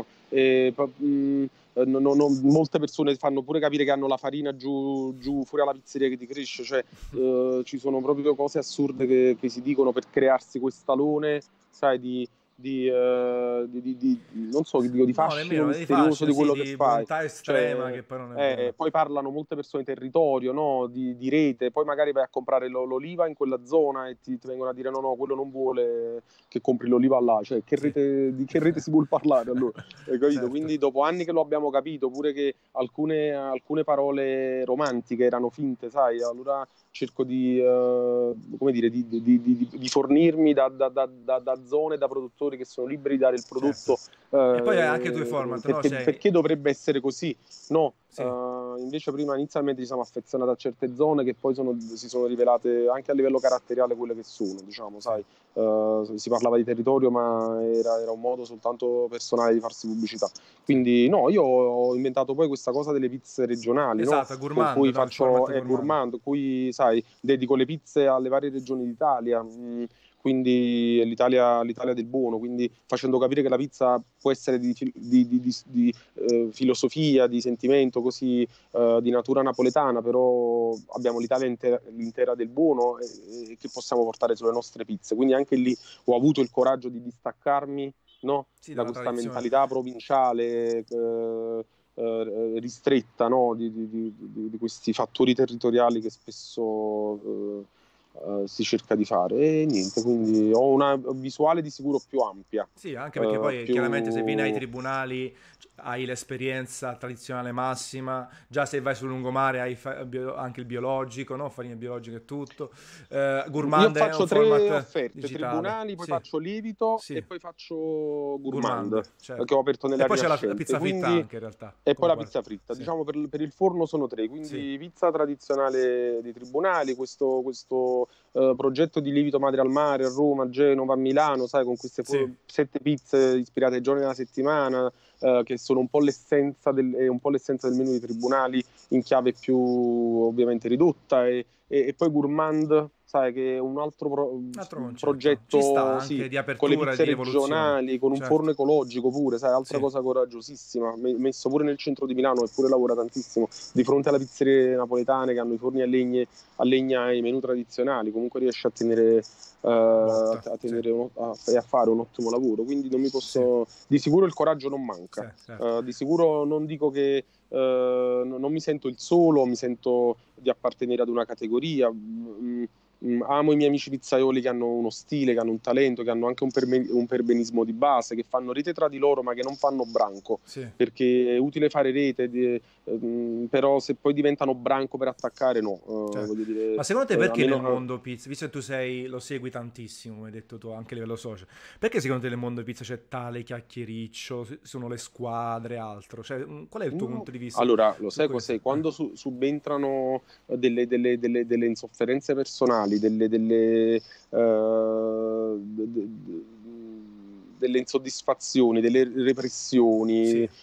Molte persone fanno pure capire che hanno la farina giù fuori alla pizzeria che ti cresce, cioè ci sono proprio cose assurde che si dicono per crearsi quest'alone, sai, non so, che dico, di No, fascino nemmeno, è misterioso facile, di sì, quello che di fai. volontà estrema Cioè, che poi non è vero. poi parlano molte persone di territorio, no? Di rete, poi magari vai a comprare l'oliva in quella zona e ti vengono a dire no, no, quello non vuole che compri l'oliva là, cioè Sì. di che rete si vuol parlare allora? Hai capito? Certo. Quindi dopo anni che lo abbiamo capito, pure che alcune parole romantiche erano finte, sai, allora cerco come dire, di fornirmi da zone, da produttori che sono liberi di dare il Certo. prodotto, E poi hai anche i tuoi format, no? Cioè, perché dovrebbe essere così? No, sì, invece prima inizialmente ci siamo affezionati a certe zone che poi si sono rivelate anche a livello caratteriale quelle che sono, diciamo, sì. sai. Si parlava di territorio, ma era un modo soltanto personale di farsi pubblicità. Sì. Quindi no, io ho inventato poi questa cosa delle pizze regionali, no? Esatto, Con gourmand, cui no? Il faccio format gourmand. gourmand, cui sai, dedico le pizze alle varie regioni d'Italia. Quindi l'Italia del buono, quindi facendo capire che la pizza può essere di filosofia, di sentimento, così di natura napoletana, però abbiamo l'Italia l'intera del buono e che possiamo portare sulle nostre pizze. Quindi anche lì ho avuto il coraggio di distaccarmi, no? Sì, Da dalla questa tradizione. mentalità provinciale ristretta, no? Di questi fattori territoriali che spesso si cerca di fare. E niente, quindi ho una visuale di sicuro più ampia, Sì, anche perché poi chiaramente se vieni ai più... tribunali hai l'esperienza tradizionale massima, già se vai sul lungomare hai anche il biologico, no? Farine biologiche e tutto. Io Gourmand è un faccio tre format offerte, digitale, tribunali, poi sì, faccio lievito e sì, poi faccio gourmand, gourmand, che ho certo. aperto E nelle poi aree c'è la nascente. pizza fritta Quindi, anche in realtà, e poi come la parte. pizza fritta. Sì, Diciamo per il forno sono tre, sì, quindi pizza tradizionale di tribunali, questo progetto di lievito madre al mare a Roma, a Genova, a Milano, sai, con queste sì, 7 pizze ispirate ai giorni della settimana, che sono un po' è un po' l'essenza del menù di tribunali in chiave più ovviamente ridotta e poi Gourmand, sai, che è un altro un altro concetto. Ci sta progetto, sì, anche di con le apertura e pizze di evoluzione, regionali, con un certo, forno ecologico pure, sai, altra sì, cosa coraggiosissima, messo pure nel centro di Milano, eppure lavora tantissimo, di fronte alle pizzerie napoletane che hanno i forni a legna e i menù tradizionali, comunque riesce a tenere, botta, sì, e a fare un ottimo lavoro, quindi non mi sì, posso... Di sicuro il coraggio non sì, manca. certo. Di sicuro non dico che non mi sento il solo, mi sento di appartenere ad una categoria. Amo i miei amici pizzaioli che hanno uno stile, che hanno un talento, che hanno anche un perbenismo di base, che fanno rete tra di loro ma che non fanno branco, Sì. perché è utile fare rete, però se poi diventano branco per attaccare, no. Cioè, Voglio dire, ma secondo te perché nel almeno... mondo pizza, visto che tu lo segui tantissimo, come hai detto tu, anche a livello social, perché secondo te nel mondo pizza c'è tale chiacchiericcio, sono le squadre, altro? Cioè, qual è il tuo punto di vista Allora, lo su sai questo? cos'è? Quando subentrano delle insofferenze personali, delle insoddisfazioni, delle repressioni, Sì,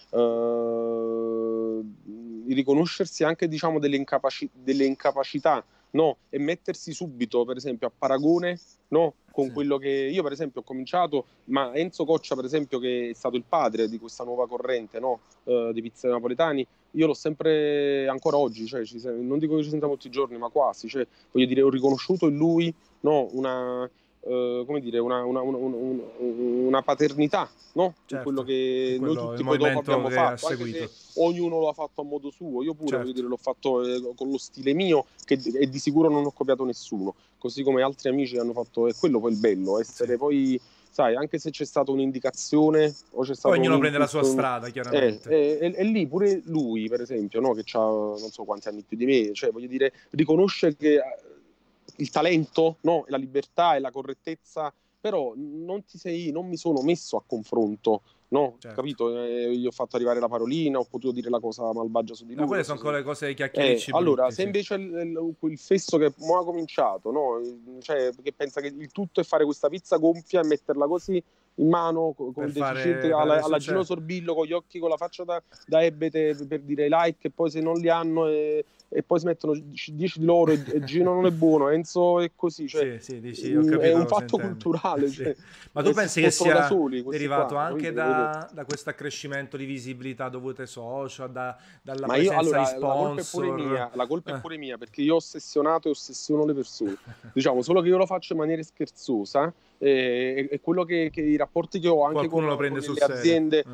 il riconoscersi anche, diciamo, delle incapacità, no? E mettersi subito, per esempio, a paragone, no? Con sì, quello che io, per esempio, ho cominciato, ma Enzo Coccia, per esempio, che è stato il padre di questa nuova corrente, no? Di pizzeri napoletani, io l'ho sempre, ancora oggi, cioè, non dico che ci sentiamo tutti i giorni, ma quasi, cioè, voglio dire, ho riconosciuto in lui, no? Come dire, una paternità, no? In quello certo, in che noi quello, il tutti poi dopo movimento abbiamo che ha fatto, anche se seguito, ognuno lo ha fatto a modo suo. Io pure, voglio certo, dire, l'ho fatto con lo stile mio e di sicuro non ho copiato nessuno, così come altri amici hanno fatto, e quello poi il bello, sì. essere poi, sai, anche se c'è stata un'indicazione o c'è Poi stato un ognuno prende la sua input, strada, chiaramente. e lì pure lui, per esempio, no, che ha non so quanti anni più di me, cioè, voglio dire, riconosce che il talento, no, e la libertà e la correttezza, però non mi sono messo a confronto no? certo. Capito? Gli ho fatto arrivare la parolina, ho potuto dire la cosa malvagia su di No, lui, quelle non so sono se... quelle cose, i chiacchiericci Allora, brutti, se sì. invece il fesso che mo ha cominciato, no? Cioè, che pensa che il tutto è fare questa pizza gonfia e metterla così in mano come Per il deficiente fare alla Gino successo. Sorbillo con gli occhi, con la faccia da ebete per dire like, e poi se non li hanno e poi si mettono 10 di loro e Gino non è buono, Enzo è così, cioè, Sì, sì, dici, ho è capito un cosa fatto intendi. culturale, Sì. cioè, Ma tu si pensi che sfottono da sia soli questi derivato qua, anche capito? Vedo. da questo accrescimento di visibilità dovute ai social, dalla Ma io, presenza di allora, la colpa è pure sponsor? mia, la colpa è Eh. pure mia perché io ho ossessionato e ossessiono le persone. Diciamo, solo che io lo faccio in maniera scherzosa e quello che i rapporti che ho anche Qualcuno lo con prende sul le serio. aziende,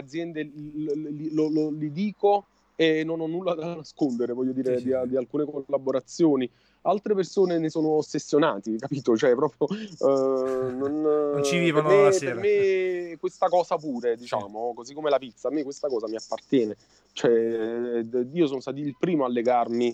li dico e non ho nulla da nascondere, voglio Sì, dire, sì, sì. di alcune collaborazioni. Altre persone ne sono ossessionati, capito? Cioè, proprio Non ci per vivono la me, per sera. me questa cosa pure, Sì, diciamo, così come la pizza, a me questa cosa mi appartiene. Cioè, io sono stato il primo a legarmi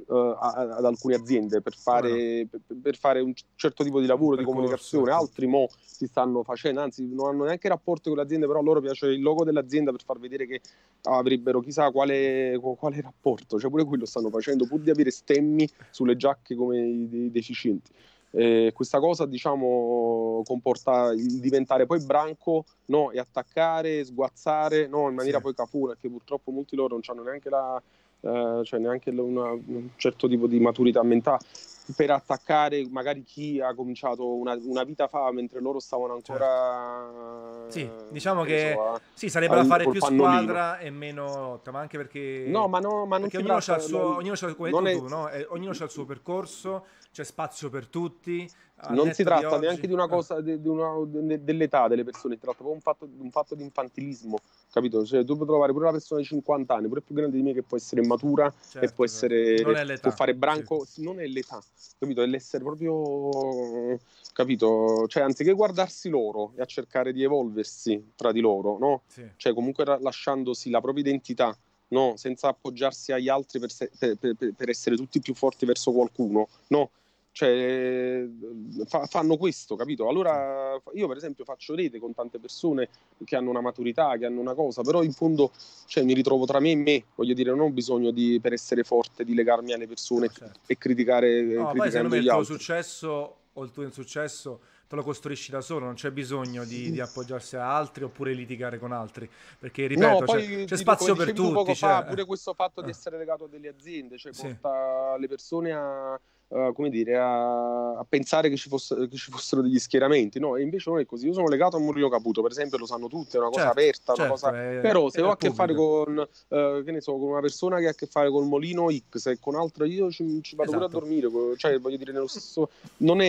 ad alcune aziende come no? per fare un certo tipo di Un lavoro, di percorso e comunicazione. tutto. Altri mo si stanno facendo, anzi non hanno neanche rapporti con le aziende, però a loro piace il logo dell'azienda per far vedere che avrebbero chissà quale rapporto. Cioè pure quello stanno facendo pur di avere stemmi sulle giacche come i deficienti. Questa cosa, diciamo, comporta il diventare poi branco, no? E attaccare, sguazzare, no? In Sì. maniera poi cafona, che purtroppo molti loro non hanno neanche cioè neanche un certo tipo di maturità mentale per attaccare magari chi ha cominciato una vita fa mentre loro stavano Certo. ancora, Sì, diciamo che ne so, che sì, sarebbe da fare col più pannolino. squadra e meno lotta, ma anche No, perché, ma non perché si ognuno ha il tratta, suo, ognuno c'ha, come hai non detto è, tu, no? Ognuno ha il suo percorso, c'è spazio per tutti, al non si netto di tratta oggi. neanche di una cosa dell'età delle persone, si tratta proprio un fatto di infantilismo, capito? Cioè, tu puoi trovare pure una persona di 50 anni, pure più grande di me, che può essere immatura e Certo, certo. Non è può l'età, fare sì. branco, non è l'età, capito? È l'essere proprio, capito? Cioè, anziché guardarsi loro e a cercare di evolversi tra di loro, no? Sì. Cioè, comunque lasciandosi la propria identità, no? Senza appoggiarsi agli altri per essere tutti più forti verso qualcuno, no? Cioè, fanno questo, capito? Sì. Allora io per esempio faccio rete con tante persone che hanno una maturità, che hanno una cosa, però in fondo cioè, mi ritrovo tra me e me, voglio dire, non ho bisogno per essere forte di legarmi alle persone No, certo. e No, poi secondo criticando me il gli tuo altri. successo o il tuo insuccesso te lo costruisci da solo, non c'è bisogno di appoggiarsi a altri oppure litigare con altri, perché No, ripeto, c'è poi come spazio per dicevi tu tutti, poco fa, cioè... pure questo fatto di eh, essere legato a delle aziende, cioè sì, porta le persone come dire, a pensare che ci fossero degli schieramenti, no? E invece non è così. Io sono legato a Murino Caputo, per esempio, lo sanno tutti, è una cosa certo, aperta, una certo, cosa... Però se è ho al a che fare pubblico. con, che ne so, con una persona che ha a che fare col Molino X e con altra, io ci vado pure a Esatto. dormire, cioè voglio dire, nello stesso... Non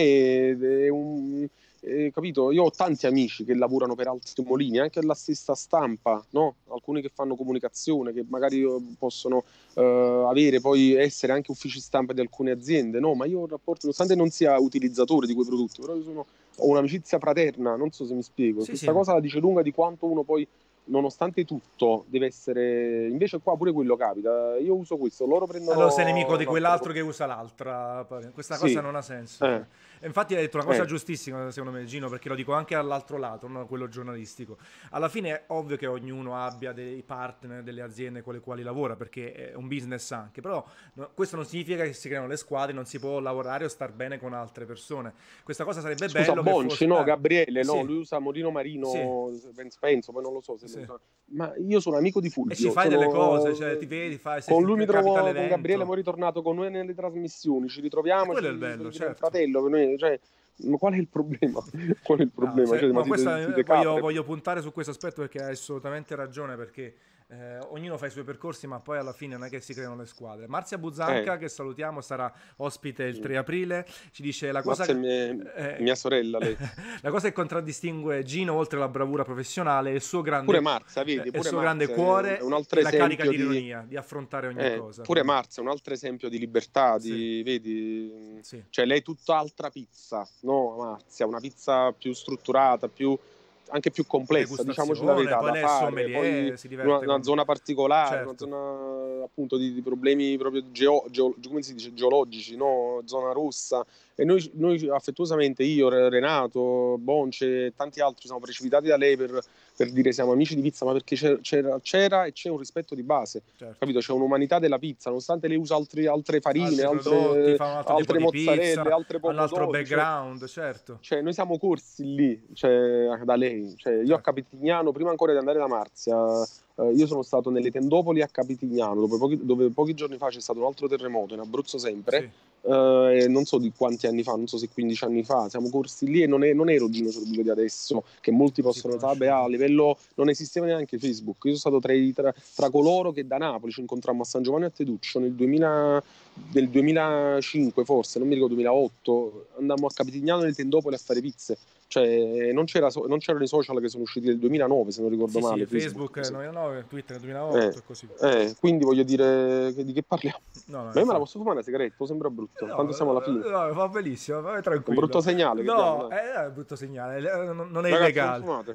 è un capito? Io ho tanti amici che lavorano per altri mulini, anche alla stessa stampa, no? Alcuni che fanno comunicazione, che magari possono avere, poi essere anche uffici stampa di alcune aziende, no? Ma io ho un rapporto, nonostante non sia utilizzatore di quei prodotti, però ho un'amicizia fraterna, non so se mi spiego. Sì, Questa sì. cosa la dice lunga di quanto uno poi nonostante tutto deve essere invece qua pure quello capita, io uso questo, loro Allora sei nemico prendono di un altro quell'altro che usa l'altra. Questa cosa sì, non ha senso. Cioè. eh, E infatti hai detto una cosa eh, giustissima, secondo me, Gino, perché lo dico anche all'altro lato, non a quello giornalistico. Alla fine è ovvio che ognuno abbia dei partner, delle aziende con le quali lavora, perché è un business anche. Però questo non significa che si creano le squadre, non si può lavorare o star bene con altre persone. Questa cosa sarebbe scusa, bello che Bonci, fosse... no, Gabriele, no, sì, lui usa Morino sì, Marino, penso, poi non lo so se lo sì. usa. Ma io sono amico di E ci Fulvio, fai delle cose, cioè ti vedi, se con lui mi capita trovo con Gabriele, l'evento. poi ritornato con noi nelle trasmissioni, ci E ritroviamo, quello è il bello, dire un certo. fratello, per noi, cioè, ma qual è il problema? Qual è il No, problema? Cioè, ma ma questa, siete voglio, capre? voglio puntare su questo aspetto perché hai assolutamente ragione, perché ognuno fa i suoi percorsi, ma poi alla fine non è che si creano le squadre. Marzia Eh, Buzzanca, che salutiamo, sarà ospite il 3 aprile, ci dice la cosa, Marzia è mia sorella, lei. la cosa che contraddistingue Gino, oltre alla bravura professionale, è Pure Marzia, vedi, è il pure suo grande Marzia è cuore un e altro la carica esempio di di... ironia, di affrontare ogni cosa. Pure Quindi, Marzia è un altro esempio di libertà, sì, vedi, sì. cioè lei è tutt'altra pizza, no Marzia, una pizza più strutturata, anche più Di complessa, diciamoci la degustazione, verità, poi da lei è fare, poi sommelier, si in diverte una con... zona particolare, una Certo. zona appunto di problemi proprio come si dice, geologici, no? Zona rossa, e noi affettuosamente, io, Renato, Bonce e tanti altri siamo precipitati da lei per dire siamo amici di pizza, ma perché c'era e c'è un rispetto di base, certo. capito? C'è un'umanità della pizza, nonostante lei usa altre farine, Altri prodotti, fa un altro tipo altre di mozzarelle, pizza, altre ha un altro pomodori, background, certo, cioè, noi siamo corsi lì, cioè, da lei. Cioè, io a certo. Capitignano, prima ancora di andare da Marzia, io sono stato nelle tendopoli a Capitignano, dove pochi giorni fa c'è stato un altro terremoto, in Abruzzo sempre, Sì, e non so di quanti anni fa, non so se 15 anni fa, siamo corsi lì e non ero Gino Cerbillo di adesso, che molti così possono pensare, "Vabbè, conosciuto. a livello non esisteva neanche Facebook". Io sono stato tra coloro che da Napoli ci incontrammo a San Giovanni a Teduccio del 2005 forse, non mi ricordo, 2008, andammo a Capitignano nel Tendopoli a fare pizze. Cioè, non c'erano i social che sono usciti nel 2009, se non ricordo Sì, sì, male, Facebook Facebook. nel Così. 2009, Twitter nel Eh, 2008 e così. quindi voglio dire, di che parliamo? No, no, Ma io me la infatti. posso fumare una sigaretta, o sembra brutto? No, Tanto siamo alla fine. no, va benissimo, vai È un brutto tranquillo. segnale che diamo, No, dai. è un brutto segnale, non è Ragazzi, non illegale. fumate.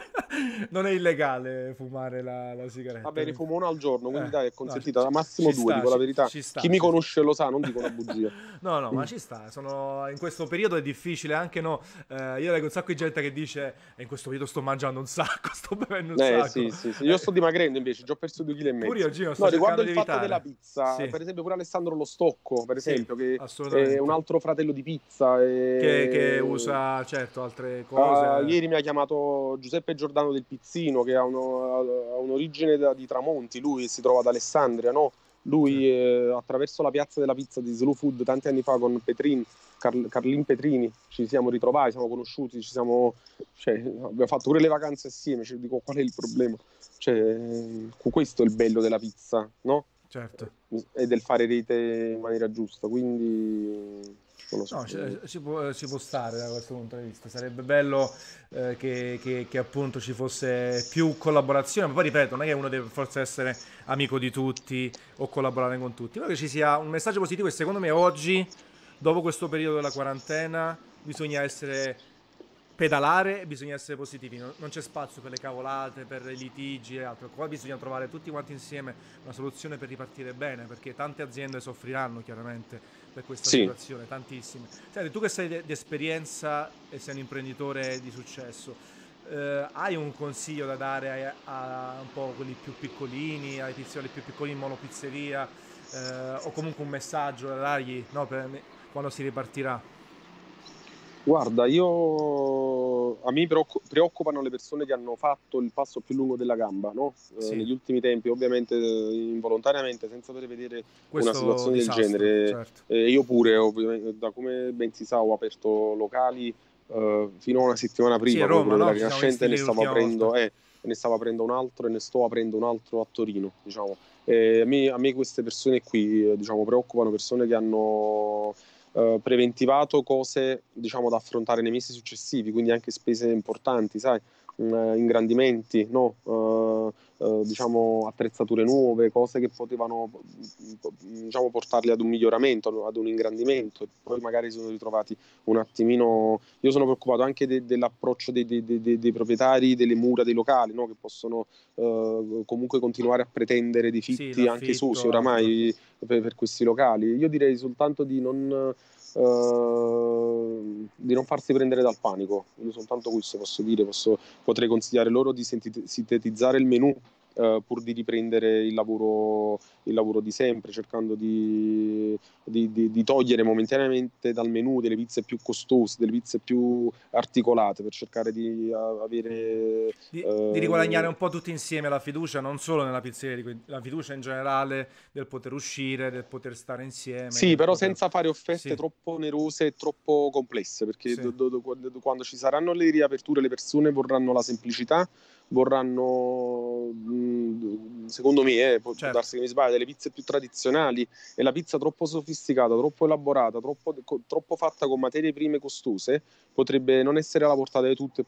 Non è illegale fumare la Vabbè, sigaretta. ne fumo una al giorno, quindi dai, è No, consentita. Al massimo due, dico la verità. ci Chi sta, mi ci sta. conosce lo sa, non dico una bugia. No, no, Mm. ma ci sta. In questo periodo è difficile anche no. Io leggo un sacco di gente che dice: in questo periodo sto mangiando un sacco, sto bevendo un sacco. Sì, sì, sì. Io sto dimagrendo invece, già ho perso 2,5 Pure io, kg. Gino, sto No, riguardo cercando il di fatto della evitare. pizza, Sì, per esempio pure Alessandro Lo Stocco, per sì, esempio, che è un assolutamente. altro fratello di pizza. Che usa, certo, altre cose. Ieri mi ha chiamato Giuseppe Giordano del Pizzino, che ha un'origine di Tramonti, lui si trova ad Alessandria, no? Sì. Lui attraverso la piazza della pizza di Slow Food tanti anni fa con Carlin Petrini ci siamo ritrovati, siamo conosciuti, cioè, abbiamo fatto pure le vacanze assieme, cioè, dico qual è il problema? Cioè, questo è il bello della pizza, no? Certo. E del fare rete in maniera giusta, quindi non lo so. No, ci può stare da questo punto di vista. Sarebbe bello che appunto ci fosse più collaborazione, ma poi ripeto, non è che uno deve forse essere amico di tutti o collaborare con tutti, ma che ci sia un messaggio positivo e secondo me oggi, dopo questo periodo della quarantena, bisogna essere pedalare e bisogna essere positivi, non c'è spazio per le cavolate, per i litigi e altro. Qua bisogna trovare tutti quanti insieme una soluzione per ripartire bene, perché tante aziende soffriranno chiaramente per questa Sì. situazione, tantissime. Senti, tu che sei di esperienza e sei un imprenditore di successo, hai un consiglio da dare a un po' quelli più piccolini, ai pizzaioli più piccoli in monopizzeria, o comunque un messaggio da dargli no, quando si ripartirà? Guarda, a me preoccupano le persone che hanno fatto il passo più lungo della gamba, no? Sì, Negli ultimi tempi, ovviamente involontariamente, senza prevedere una questo situazione del disastro, genere. certo. Io pure, ovviamente, da come ben si sa, ho aperto locali fino a una settimana Sì, a prima, come Roma, quello no? della Ci siamo Rinascente, visti e lì l'ultima volta. ne stavo aprendo un altro e ne sto aprendo un altro a Torino, diciamo. A me queste persone qui, diciamo, preoccupano, persone che hanno preventivato cose, diciamo, da affrontare nei mesi successivi, quindi anche spese importanti, sai, ingrandimenti, no? Diciamo, attrezzature nuove, cose che potevano, diciamo, portarli ad un miglioramento, ad un ingrandimento, e poi magari si sono ritrovati un attimino. Io sono preoccupato anche dell'approccio dei proprietari delle mura dei locali, no? Che possono comunque continuare a pretendere dei Sì, fitti anche esosi l'affitto, altro. oramai per questi locali. Io direi soltanto di non farsi prendere dal panico. Io soltanto questo posso dire, potrei consigliare loro di sintetizzare il menù, pur di riprendere il lavoro di sempre, cercando di togliere momentaneamente dal menù delle pizze più costose, delle pizze più articolate, per cercare di avere Di riguadagnare eh, un po' tutti insieme la fiducia, non solo nella pizzeria, la fiducia in generale del poter uscire, del poter stare insieme, sì, del però poter... senza fare offerte Sì, troppo onerose e troppo complesse, perché sì, quando ci saranno le riaperture le persone vorranno la semplicità, vorranno, secondo me, può certo. darsi che mi sbaglio, delle pizze più tradizionali, e la pizza troppo sofisticata, troppo elaborata, troppo fatta con materie prime costose, potrebbe non essere alla portata di tutti e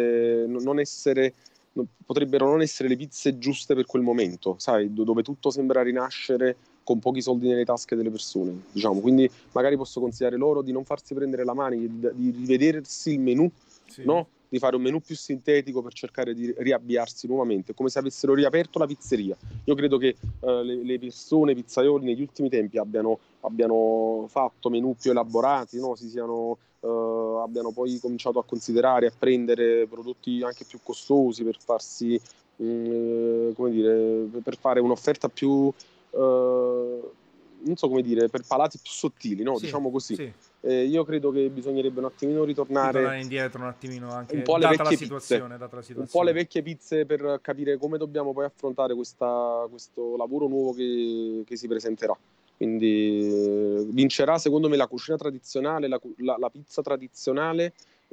potrebbero non essere le pizze giuste per quel momento, sai, dove tutto sembra rinascere con pochi soldi nelle tasche delle persone, diciamo. Quindi magari posso consigliare loro di non farsi prendere la mano, di rivedersi il menù, Sì. no? di fare un menù più sintetico per cercare di riavviarsi nuovamente, come se avessero riaperto la pizzeria. Io credo che le persone, i pizzaioli negli ultimi tempi abbiano fatto menù più elaborati, no? Abbiano poi cominciato a considerare, a prendere prodotti anche più costosi per farsi, come dire, per fare un'offerta più, non so come dire, per palati più sottili, no? Sì, Diciamo così. sì. Io credo che bisognerebbe un attimino ritornare Ritornare indietro un attimino un anche, po' alle data la vecchie pizze, situazione, data la un po' alle situazione. vecchie pizze per capire come dobbiamo poi affrontare questo lavoro nuovo che si presenterà. Quindi vincerà secondo me la cucina tradizionale, la pizza tradizionale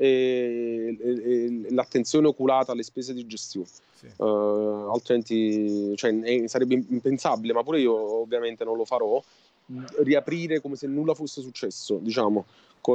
e l'attenzione oculata alle spese di gestione. Sì. Altrimenti cioè, sarebbe impensabile, ma pure io ovviamente non lo farò, riaprire come se nulla fosse successo, diciamo,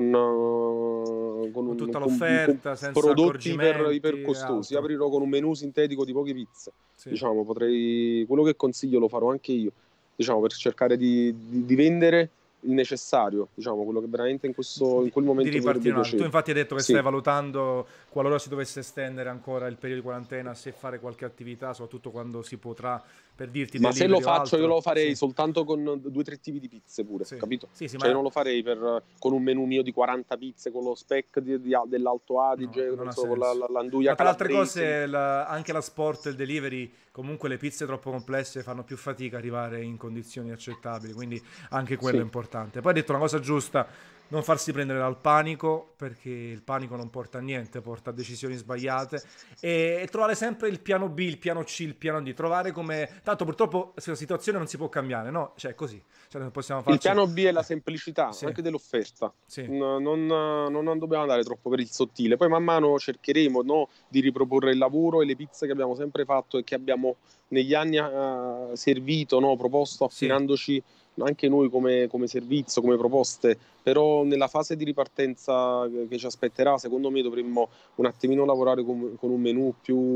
Con tutta con l'offerta, senza prodotti iper accorgimenti e costosi. altro. Aprirò con un menù sintetico di poche pizze. Sì. Diciamo, quello che consiglio lo farò anche io, diciamo, per cercare di vendere il necessario, diciamo, quello che veramente in quel Di momento ripartire potrebbe un altro. Tu piacere. infatti hai detto che stai Sì. valutando, qualora si dovesse estendere ancora il periodo di quarantena, se fare qualche attività, soprattutto quando si potrà, per dirti Ma se lo delivery o faccio, io altro. lo farei Sì, soltanto con 2 o 3 tipi di pizze pure, sì, capito? sì, sì, Cioè, io ma non lo farei con un menù mio di 40 pizze con lo speck dell'Alto no, Adige, non non ha so, con la, senso. la- l'anduia Ma tra le altre calabrese. cose, anche la sport e il delivery, comunque le pizze troppo complesse fanno più fatica a arrivare in condizioni accettabili, quindi anche quello è Sì. importante. Poi hai detto una cosa giusta, non farsi prendere dal panico, perché il panico non porta a niente, porta a decisioni sbagliate, e trovare sempre il piano B, il piano C, il piano D, trovare come... Tanto purtroppo la situazione non si può cambiare, no? Cioè, è così, cioè, non possiamo Il farci... piano B è la semplicità Sì, anche dell'offerta. sì, Non dobbiamo andare troppo per il sottile. Poi man mano cercheremo, no, di riproporre il lavoro e le pizze che abbiamo sempre fatto e che abbiamo negli anni servito, no, proposto, sì. affinandoci anche noi come servizio, come proposte. Però nella fase di ripartenza che ci aspetterà, secondo me dovremmo un attimino lavorare con un menù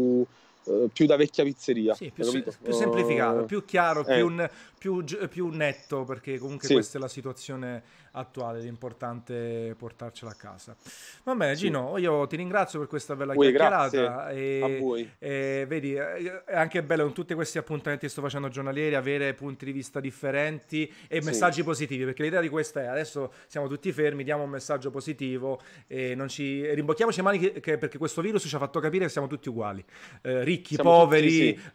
più da vecchia pizzeria, Sì, hai capito? più semplificato, più chiaro, Eh, più netto, perché comunque sì, questa è la situazione attuale, l'importante è portarcela a casa. Va bene, sì. Gino, io ti ringrazio per questa bella Grazie chiacchierata a voi. e vedi, è anche bello con tutti questi appuntamenti che sto facendo giornalieri, avere punti di vista differenti e Sì, messaggi positivi, perché l'idea di questa è adesso siamo tutti fermi, diamo un messaggio positivo e non ci rimbocchiamoci le mani perché questo virus ci ha fatto capire che siamo tutti uguali, ricchi, siamo tutti, poveri, sì.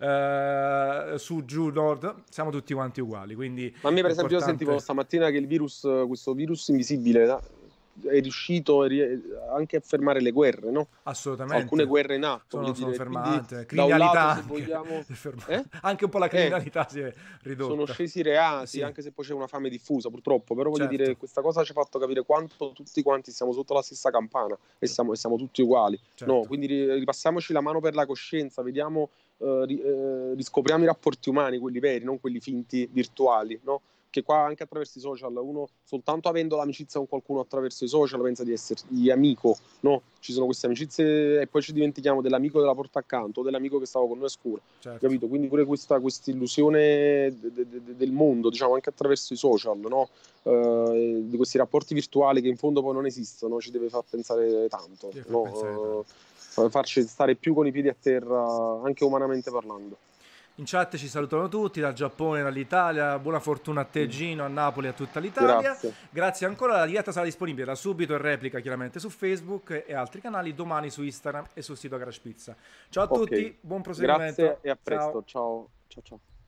su, giù, nord, siamo tutti quanti uguali, quindi Ma a me, è per esempio, io sentivo importante stamattina che questo virus invisibile, è riuscito anche a fermare le guerre, no? Alcune assolutamente. guerre in atto, voglio Sono dire. Quindi, fermate, da un criminalità lato, se anche, vogliamo, anche un po' la eh, criminalità si è sono ridotta. scesi i reati, Sì, anche se poi c'è una fame diffusa, purtroppo. Però voglio certo, dire, questa cosa ci ha fatto capire quanto tutti quanti siamo sotto la stessa campana e siamo tutti uguali. No, certo. quindi ripassiamoci la mano per la coscienza, vediamo, riscopriamo i rapporti umani, quelli veri, non quelli finti virtuali, no? Che qua anche attraverso i social, uno soltanto avendo l'amicizia con qualcuno attraverso i social pensa di essergli amico, no? Ci sono queste amicizie e poi ci dimentichiamo dell'amico della porta accanto, dell'amico che stava con noi a scuola, Certo. capito? Quindi pure questa illusione del mondo, diciamo anche attraverso i social, no? Di questi rapporti virtuali che in fondo poi non esistono, ci deve far pensare tanto, Devi far pensare no? tanto. Farci stare più con i piedi a terra, anche umanamente parlando. In chat ci salutano tutti, dal Giappone, dall'Italia. Buona fortuna a te, Gino, a Napoli e a tutta l'Italia. Grazie. Grazie ancora. La diretta sarà disponibile da subito in replica, chiaramente su Facebook e altri canali domani su Instagram e sul sito Garage Pizza. Ciao a Ok, tutti, buon grazie proseguimento. e a presto. Ciao. Ciao, ciao, ciao.